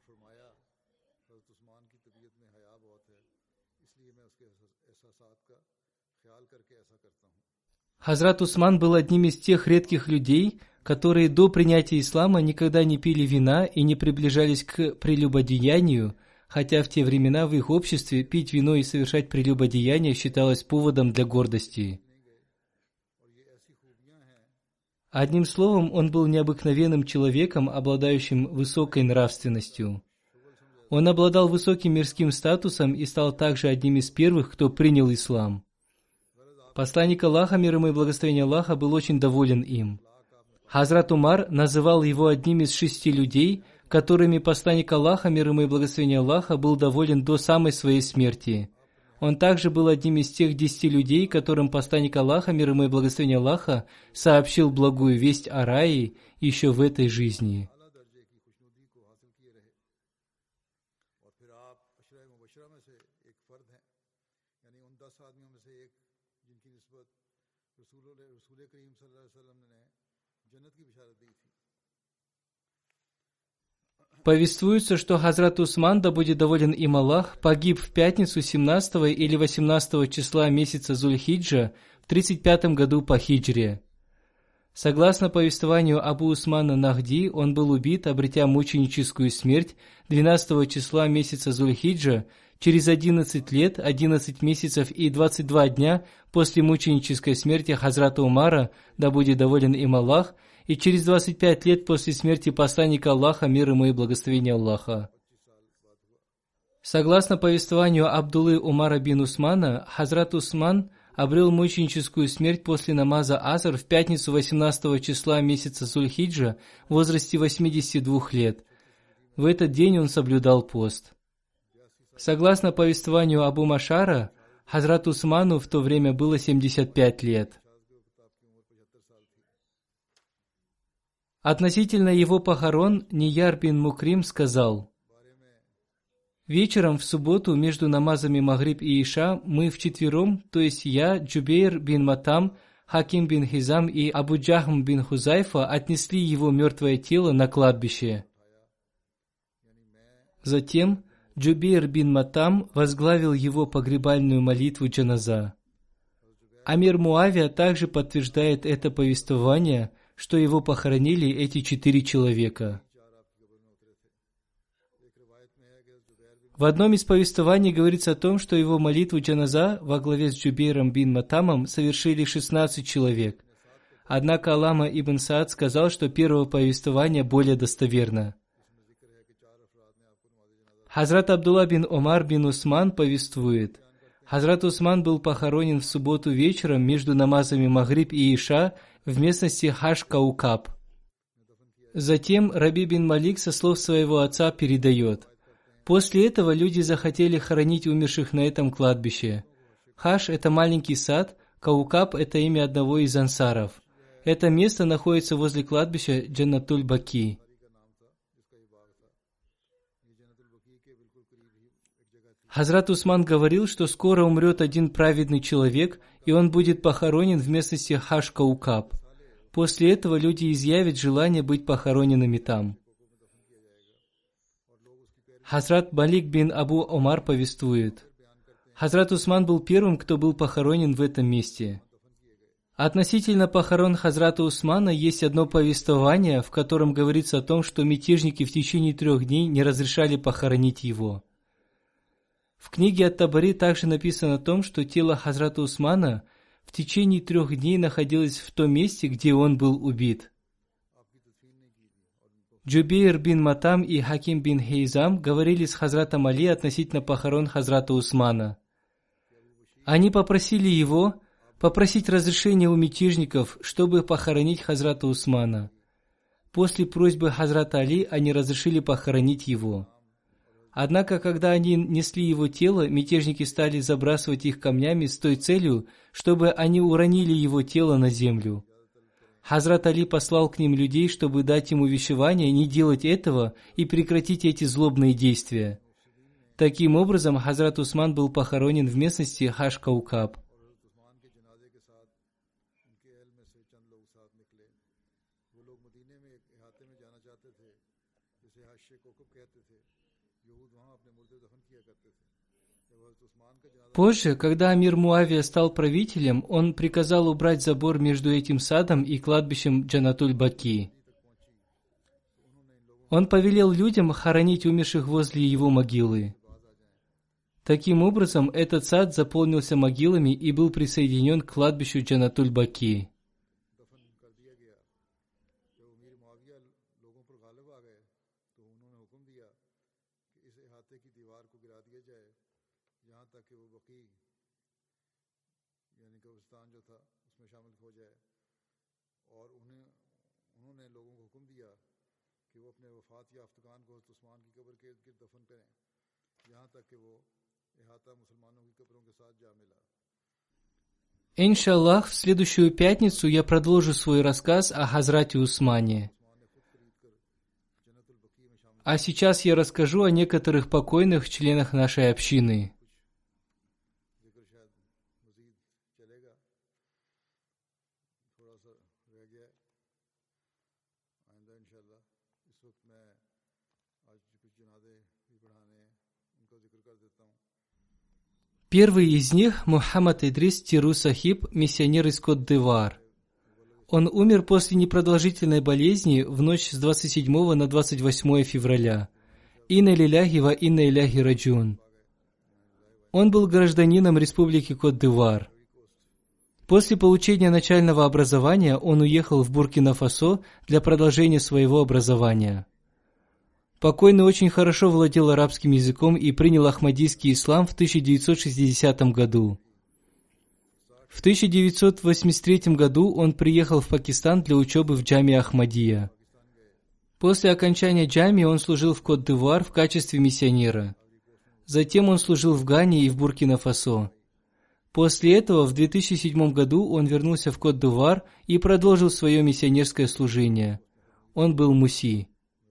Хазрат Усман был одним из тех редких людей, которые до принятия ислама никогда не пили вина и не приближались к прелюбодеянию, хотя в те времена в их обществе пить вино и совершать прелюбодеяние считалось поводом для гордости. Одним словом, он был необыкновенным человеком, обладающим высокой нравственностью. Он обладал высоким мирским статусом и стал также одним из первых, кто принял ислам. Посланник Аллаха, мир ему и благословение Аллаха, был очень доволен им. Хазрат Умар называл его одним из 6 людей, которыми посланник Аллаха, мир ему и благословение Аллаха, был доволен до самой своей смерти. Он также был одним из тех 10 людей, которым посланник Аллаха, мир ему и благословение Аллаха, сообщил благую весть о рае еще в этой жизни. Повествуется, что Хазрат Усман, да будет доволен им Аллах, погиб в пятницу 17 или 18 числа месяца Зуль-Хиджа в 35 году по хиджре. Согласно повествованию Абу Усмана Нахди, он был убит, обретя мученическую смерть 12 числа месяца Зуль-Хиджа, через 11 лет, 11 месяцев и 22 дня после мученической смерти Хазрата Умара, да будет доволен им Аллах, и через 25 лет после смерти посланника Аллаха, мир ему и благословение Аллаха. Согласно повествованию Абдуллы Умара бин Усмана, Хазрат Усман обрел мученическую смерть после намаза Аср в пятницу 18 числа месяца Зуль-Хиджа в возрасте 82 лет. В этот день он соблюдал пост. Согласно повествованию Абу Машара, Хазрат Усману в то время было 75 лет. Относительно его похорон Нияр бин Мукрим сказал: «Вечером в субботу между намазами Магриб и Иша мы вчетвером, то есть я, Джубейр бин Матам, Хаким бин Хизам и Абу Джахм бин Хузайфа, отнесли его мертвое тело на кладбище. Затем Джубейр бин Матам возглавил его погребальную молитву джаназа. Амир Муавия также подтверждает это повествование, что его похоронили эти 4 человека. В одном из повествований говорится о том, что его молитву джаназа во главе с Джубейром бин Матамом совершили 16 человек. Однако Аллама ибн Саад сказал, что первое повествование более достоверно. Хазрат Абдулла бин Омар бин Усман повествует: Хазрат Усман был похоронен в субботу вечером между намазами Магриб и Иша в местности Хаш-Каукаб. Затем Раби бин Малик со слов своего отца передает: после этого люди захотели хоронить умерших на этом кладбище. Хаш – это маленький сад, Каукаб – это имя одного из ансаров. Это место находится возле кладбища Джаннатуль-Баки. Хазрат Усман говорил, что скоро умрет один праведный человек, и он будет похоронен в местности Хаш-Каукаб. После этого люди изъявят желание быть похороненными там. Хазрат Малик бин Абу Омар повествует: Хазрат Усман был первым, кто был похоронен в этом месте. Относительно похорон Хазрата Усмана есть одно повествование, в котором говорится о том, что мятежники в течение 3 дней не разрешали похоронить его. В книге Ат-Табари также написано о том, что тело Хазрата Усмана в течение 3 дней находилось в том месте, где он был убит. Джубейр бин Матам и Хаким бин Хейзам говорили с Хазратом Али относительно похорон Хазрата Усмана. Они попросили его попросить разрешения у мятежников, чтобы похоронить Хазрата Усмана. После просьбы Хазрата Али они разрешили похоронить его. Однако, когда они несли его тело, мятежники стали забрасывать их камнями с той целью, чтобы они уронили его тело на землю. Хазрат Али послал к ним людей, чтобы дать им увещевание не делать этого и прекратить эти злобные действия. Таким образом, Хазрат Усман был похоронен в местности Хаш-Каукаб. Позже, когда Амир Муавия стал правителем, он приказал убрать забор между этим садом и кладбищем Джаннатуль-Баки. Он повелел людям хоронить умерших возле его могилы. Таким образом, этот сад заполнился могилами и был присоединен к кладбищу Джаннатуль-Баки. Иншаллах, в следующую пятницу я продолжу свой рассказ о Хазрате Усмане. А сейчас я расскажу о некоторых покойных членах нашей общины. Первый из них – Мухаммад Идрис Тиру Сахиб, миссионер из Кот-д'Ивуар. Он умер после непродолжительной болезни в ночь с 27 на 28 февраля. Инна лиляхи ва инна иляхи раджун. Он был гражданином Республики Кот-д'Ивуар. После получения начального образования он уехал в Буркина-Фасо для продолжения своего образования. Покойный очень хорошо владел арабским языком и принял ахмадийский ислам в 1960 году. В 1983 году он приехал в Пакистан для учебы в джамии Ахмадия. После окончания джамии он служил в Кот-д'Ивуар в качестве миссионера. Затем он служил в Гане и в Буркина-Фасо. После этого в 2007 году он вернулся в Кот-д'Ивуар и продолжил свое миссионерское служение. Он был муси.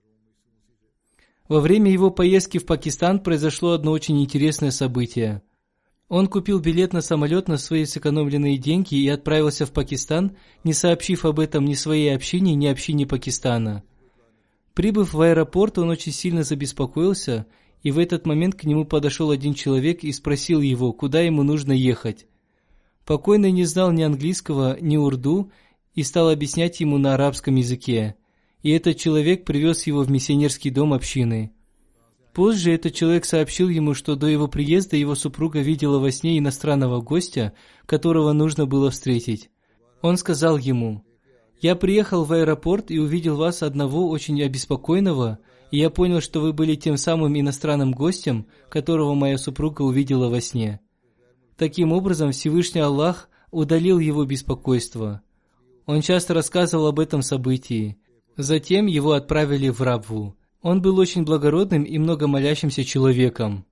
Во время его поездки в Пакистан произошло одно очень интересное событие. Он купил билет на самолет на свои сэкономленные деньги и отправился в Пакистан, не сообщив об этом ни своей общине, ни общине Пакистана. Прибыв в аэропорт, он очень сильно забеспокоился, и в этот момент к нему подошел один человек и спросил его, куда ему нужно ехать. Покойный не знал ни английского, ни урду и стал объяснять ему на арабском языке. И этот человек привез его в миссионерский дом общины. Позже этот человек сообщил ему, что до его приезда его супруга видела во сне иностранного гостя, которого нужно было встретить. Он сказал ему: «Я приехал в аэропорт и увидел вас одного очень обеспокоенного, и я понял, что вы были тем самым иностранным гостем, которого моя супруга увидела во сне». Таким образом, Всевышний Аллах удалил его беспокойство. Он часто рассказывал об этом событии. Затем его отправили в Рабву. Он был очень благородным и много молящимся человеком.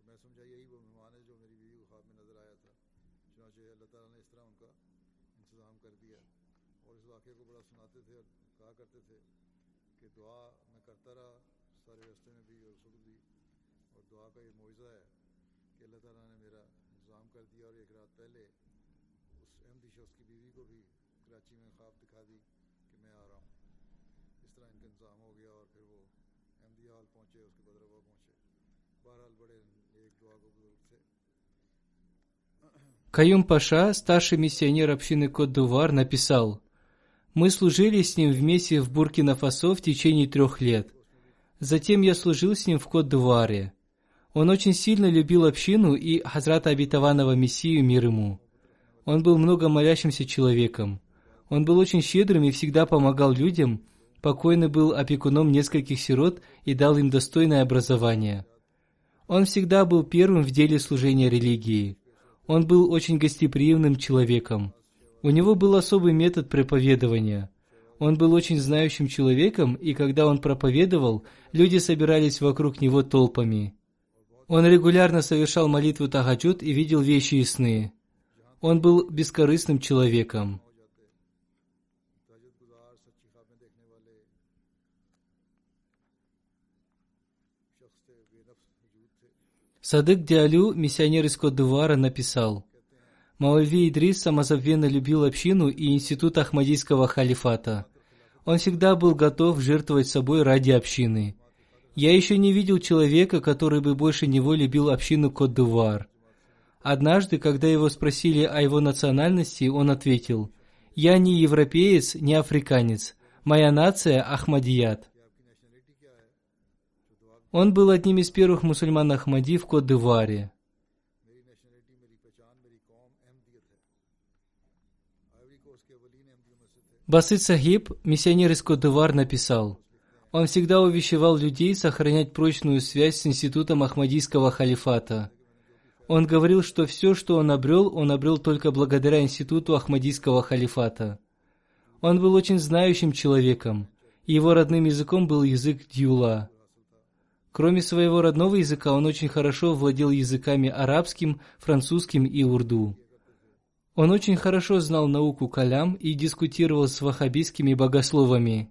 Каюм Паша, старший миссионер общины Кот-д'Ивуар, написал: «Мы служили с ним вместе в Буркина-Фасо в течение 3 лет. Затем я служил с ним в Кот-д'Ивуаре. Он очень сильно любил общину и Хазрата Обетованного Мессию, мир ему. Он был много молящимся человеком. Он был очень щедрым и всегда помогал людям. Покойный был опекуном нескольких сирот и дал им достойное образование. Он всегда был первым в деле служения религии. Он был очень гостеприимным человеком. У него был особый метод проповедования. Он был очень знающим человеком, и когда он проповедовал, люди собирались вокруг него толпами. Он регулярно совершал молитву тахаджуд и видел вещи и сны. Он был бескорыстным человеком». Садык Диалю, миссионер из Кот-д'Ивуара, написал: «Маулви Идрис самозабвенно любил общину и институт Ахмадийского халифата. Он всегда был готов жертвовать собой ради общины. Я еще не видел человека, который бы больше него любил общину Кот-д'Ивуар. Однажды, когда его спросили о его национальности, он ответил: «Я не европеец, не африканец. Моя нация – Ахмадият». Он был одним из первых мусульман Ахмади в Кот-д'Ивуаре. Басит Сахиб, миссионер из Кот-д'Ивуар, написал: «Он всегда увещевал людей сохранять прочную связь с институтом Ахмадийского халифата. Он говорил, что все, что он обрел только благодаря институту Ахмадийского халифата. Он был очень знающим человеком, и его родным языком был язык дьюла. Кроме своего родного языка, он очень хорошо владел языками арабским, французским и урду. Он очень хорошо знал науку калям и дискутировал с ваххабистскими богословами».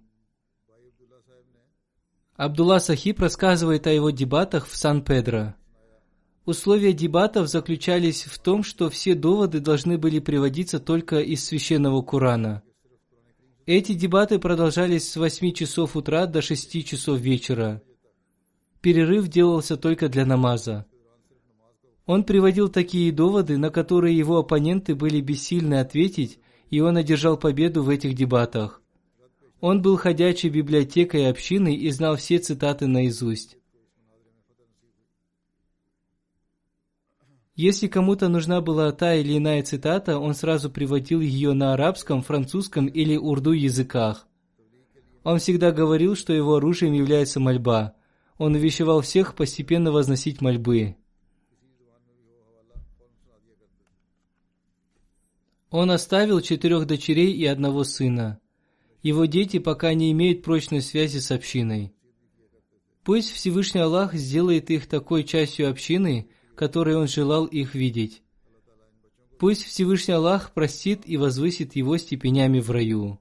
Абдулла Сахиб рассказывает о его дебатах в Сан-Педро. Условия дебатов заключались в том, что все доводы должны были приводиться только из священного Корана. Эти дебаты продолжались с 8 часов утра до 6 часов вечера. Перерыв делался только для намаза. Он приводил такие доводы, на которые его оппоненты были бессильны ответить, и он одержал победу в этих дебатах. Он был ходячей библиотекой общины и знал все цитаты наизусть. Если кому-то нужна была та или иная цитата, он сразу приводил ее на арабском, французском или урду языках. Он всегда говорил, что его оружием является мольба. Он увещевал всех постепенно возносить мольбы. Он оставил 4 дочерей и 1 сына. Его дети пока не имеют прочной связи с общиной. Пусть Всевышний Аллах сделает их такой частью общины, которой Он желал их видеть. Пусть Всевышний Аллах простит и возвысит его степенями в раю.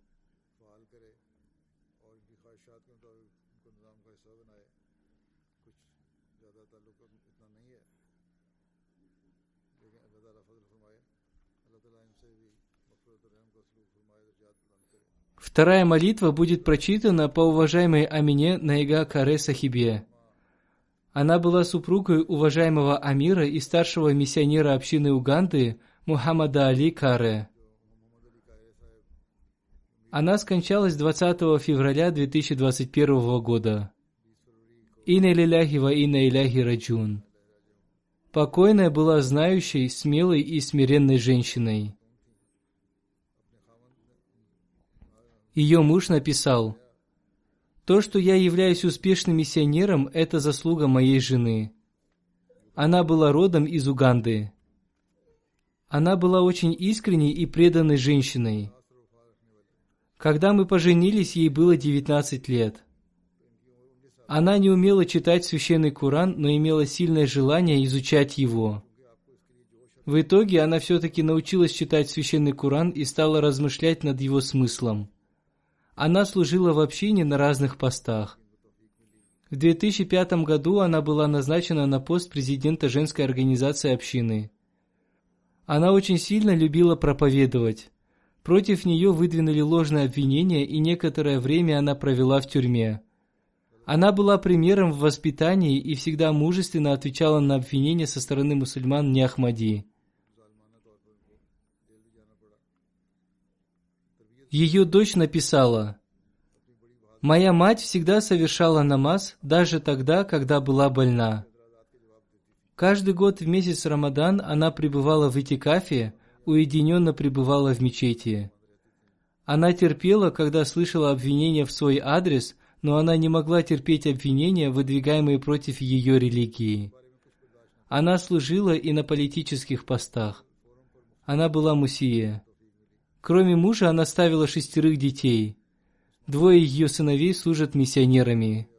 Вторая молитва будет прочитана по уважаемой Амине Наига Каре Сахибе. Она была супругой уважаемого амира и старшего миссионера общины Уганды Мухаммада Али Каре. Она скончалась 20 февраля 2021 года. Инна лиляхи ва инна иляхи раджун. Покойная была знающей, смелой и смиренной женщиной. Ее муж написал: «То, что я являюсь успешным миссионером, это заслуга моей жены. Она была родом из Уганды. Она была очень искренней и преданной женщиной. Когда мы поженились, ей было 19 лет. Она не умела читать священный Коран, но имела сильное желание изучать его. В итоге она все-таки научилась читать священный Коран и стала размышлять над его смыслом. Она служила в общине на разных постах. В 2005 году она была назначена на пост президента женской организации общины. Она очень сильно любила проповедовать. Против нее выдвинули ложные обвинения, и некоторое время она провела в тюрьме. Она была примером в воспитании и всегда мужественно отвечала на обвинения со стороны мусульман не Ахмади. Ее дочь написала: «Моя мать всегда совершала намаз, даже тогда, когда была больна. Каждый год в месяц Рамадан она пребывала в итикафе, уединенно пребывала в мечети. Она терпела, когда слышала обвинения в свой адрес, но она не могла терпеть обвинения, выдвигаемые против ее религии. Она служила и на политических постах. Она была мусия. Кроме мужа, она оставила 6 детей. 2 ее сыновей служат миссионерами».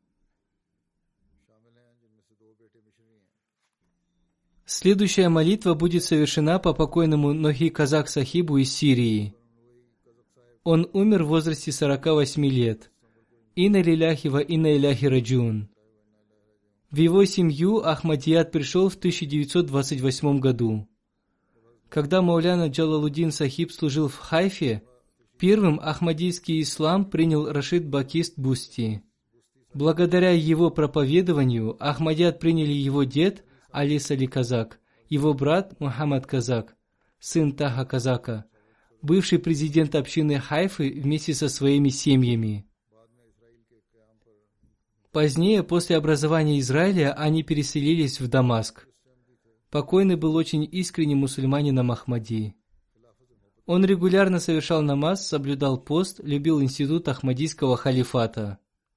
Следующая молитва будет совершена по покойному Нохи Казак Сахибу из Сирии. Он умер в возрасте 48 лет. Инна лиляхи ва инна иляхи раджун. В его семью Ахмадият пришел в 1928 году. Когда Мауляна Джалалуддин Сахиб служил в Хайфе, первым ахмадийский ислам принял Рашид Бакист Бусти. Благодаря его проповедованию Ахмадият приняли его дед Али Сали Казак, его брат Мухаммад Казак, сын Таха Казака, бывший президент общины Хайфы вместе со своими семьями. Позднее, после образования Израиля, они переселились в Дамаск. Покойный был очень искренним мусульманином Ахмади. Он регулярно совершал намаз, соблюдал пост, любил институт Ахмадийского халифата.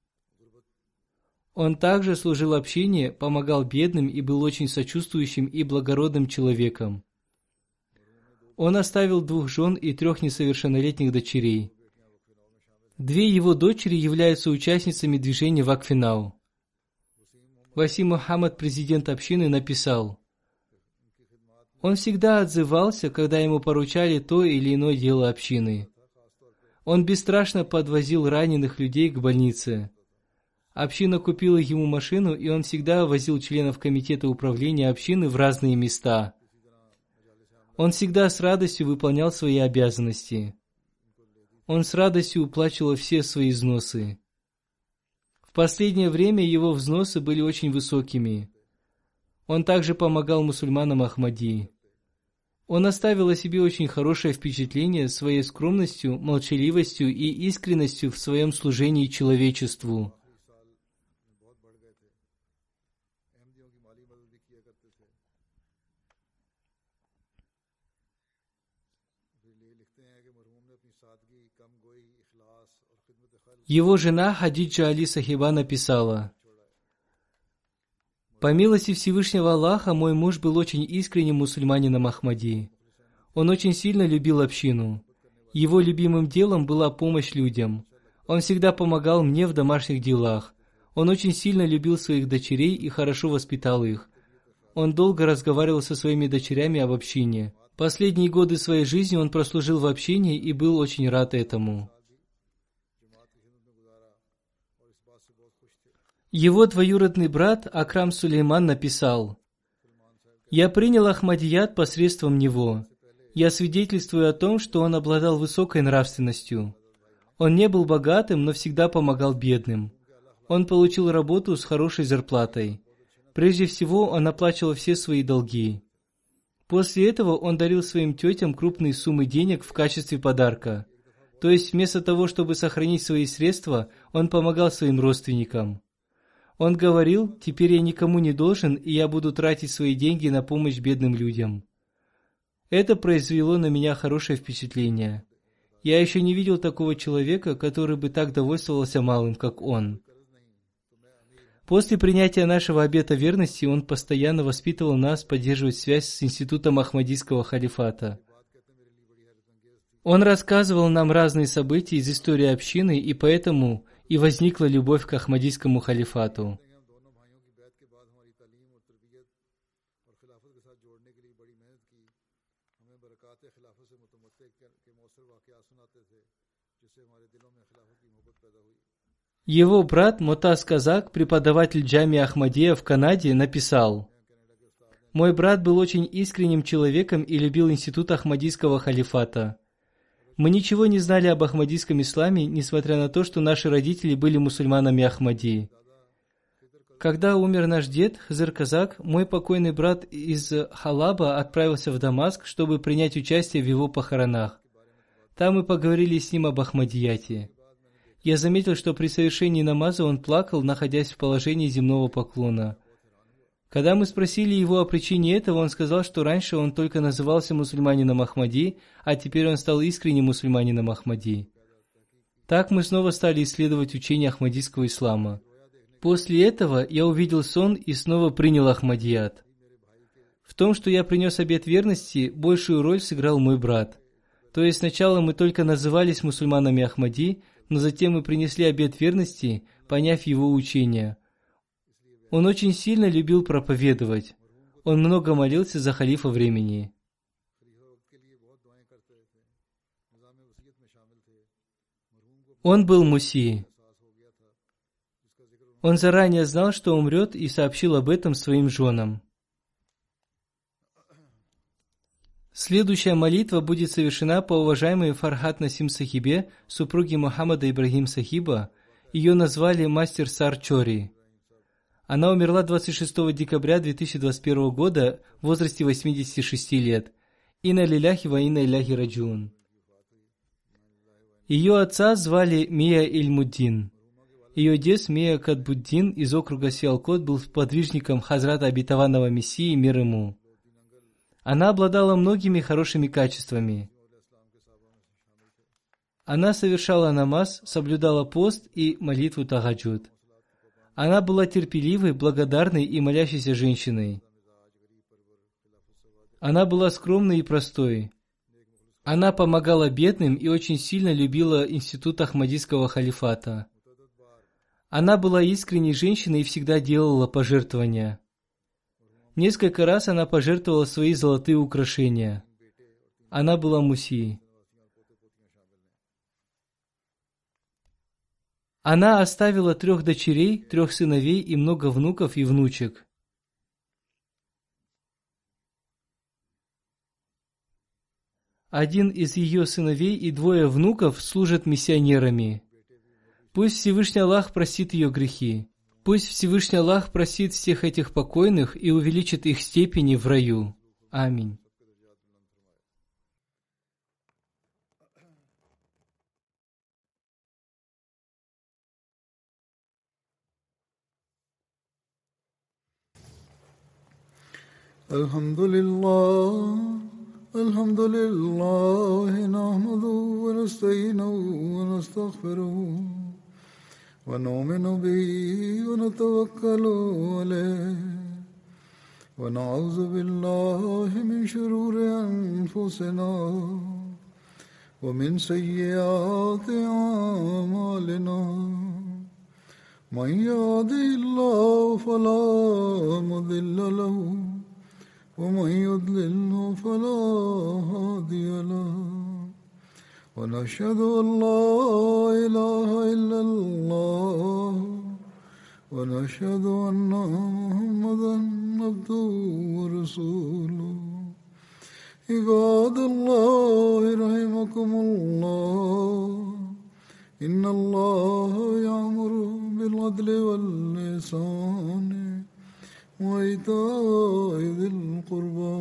Он также служил общине, помогал бедным и был очень сочувствующим и благородным человеком. Он оставил 2 жен и 3 несовершеннолетних дочерей. 2 его дочери являются участницами движения Вакфинау. Васим Мухаммад, президент общины, написал: «Он всегда отзывался, когда ему поручали то или иное дело общины. Он бесстрашно подвозил раненых людей к больнице. Община купила ему машину, и он всегда возил членов комитета управления общины в разные места. Он всегда с радостью выполнял свои обязанности. Он с радостью уплачивал все свои взносы. В последнее время его взносы были очень высокими. Он также помогал мусульманам Ахмади. Он оставил о себе очень хорошее впечатление своей скромностью, молчаливостью и искренностью в своем служении человечеству. Его жена Хадиджа Али Сахиба написала: «По милости Всевышнего Аллаха, мой муж был очень искренним мусульманином Ахмади. Он очень сильно любил общину. Его любимым делом была помощь людям. Он всегда помогал мне в домашних делах. Он очень сильно любил своих дочерей и хорошо воспитал их. Он долго разговаривал со своими дочерями об общине. Последние годы своей жизни он прослужил в общине и был очень рад этому». Его двоюродный брат Акрам Сулейман написал: «Я принял Ахмадият посредством него. Я свидетельствую о том, что он обладал высокой нравственностью. Он не был богатым, но всегда помогал бедным. Он получил работу с хорошей зарплатой. Прежде всего, он оплачивал все свои долги. После этого он дарил своим тетям крупные суммы денег в качестве подарка. То есть, вместо того, чтобы сохранить свои средства, он помогал своим родственникам. Он говорил: «Теперь я никому не должен, и я буду тратить свои деньги на помощь бедным людям». Это произвело на меня хорошее впечатление. Я еще не видел такого человека, который бы так довольствовался малым, как он. После принятия нашего обета верности он постоянно воспитывал нас поддерживать связь с институтом Ахмадийского халифата. Он рассказывал нам разные события из истории общины, и поэтому и возникла любовь к Ахмадийскому халифату. Его брат Мотаз Казак, преподаватель Джами Ахмадия в Канаде, написал: «Мой брат был очень искренним человеком и любил институт Ахмадийского халифата. Мы ничего не знали об ахмадийском исламе, несмотря на то, что наши родители были мусульманами Ахмадии. Когда умер наш дед, Хызыр Казак, мой покойный брат из Халаба отправился в Дамаск, чтобы принять участие в его похоронах. Там мы поговорили с ним об Ахмадияте. Я заметил, что при совершении намаза он плакал, находясь в положении земного поклона. Когда мы спросили его о причине этого, он сказал, что раньше он только назывался мусульманином Ахмади, а теперь он стал искренним мусульманином Ахмади. Так мы снова стали исследовать учение ахмадийского ислама. После этого я увидел сон и снова принял Ахмадият. В том, что я принес обет верности, большую роль сыграл мой брат. То есть сначала мы только назывались мусульманами Ахмади, но затем мы принесли обет верности, поняв его учение. Он очень сильно любил проповедовать. Он много молился за халифа времени. Он был муси. Он заранее знал, что умрет, и сообщил об этом своим женам. Следующая молитва будет совершена по уважаемой Фархат Насим Сахибе, супруге Мухаммада Ибрагим Сахиба. Ее назвали Мастер Сар Чори. Она умерла 26 декабря 2021 года в возрасте 86 лет. Инна лиляхи ва инна иляхи раджун. Ее отца звали Мия Ильмуддин. Ее дед Мия Кадбуддин из округа Сиалкот был подвижником Хазрата Обетованного Мессии, мир ему. Она обладала многими хорошими качествами. Она совершала намаз, соблюдала пост и молитву тагаджуд. Она была терпеливой, благодарной и молящейся женщиной. Она была скромной и простой. Она помогала бедным и очень сильно любила институт Ахмадийского халифата. Она была искренней женщиной и всегда делала пожертвования. Несколько раз она пожертвовала свои золотые украшения. Она была муси. Она оставила 3 дочерей, 3 сыновей и много внуков и внучек. Один из ее сыновей и 2 внуков служат миссионерами. Пусть Всевышний Аллах простит ее грехи. Пусть Всевышний Аллах простит всех этих покойных и увеличит их степени в раю. Аминь. الحمد لله نحمده ونستعينه ونستغفره ونؤمن به ونتوكل عليه ونعوذ بالله من شرور أنفسنا ومن سيئات أعمالنا من يهده الله فلا مضل له ومن يضلل فلا هادي له ونشهد أن لا إله إلا الله ونشهد أن محمدا عبده ورسوله عباد الله رحمكم الله إن الله يأمر بالعدل والإحسان وإيتاء ذي القربى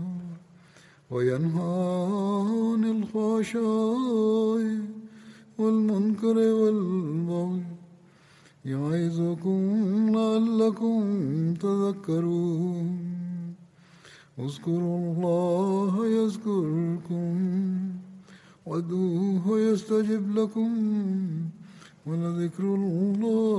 وينهى عن الفحشاء والمنكر والبغي يعظكم لعلكم تذكرون اذكروا الله يذكركم وادعوه يستجب لكم ولذكر الله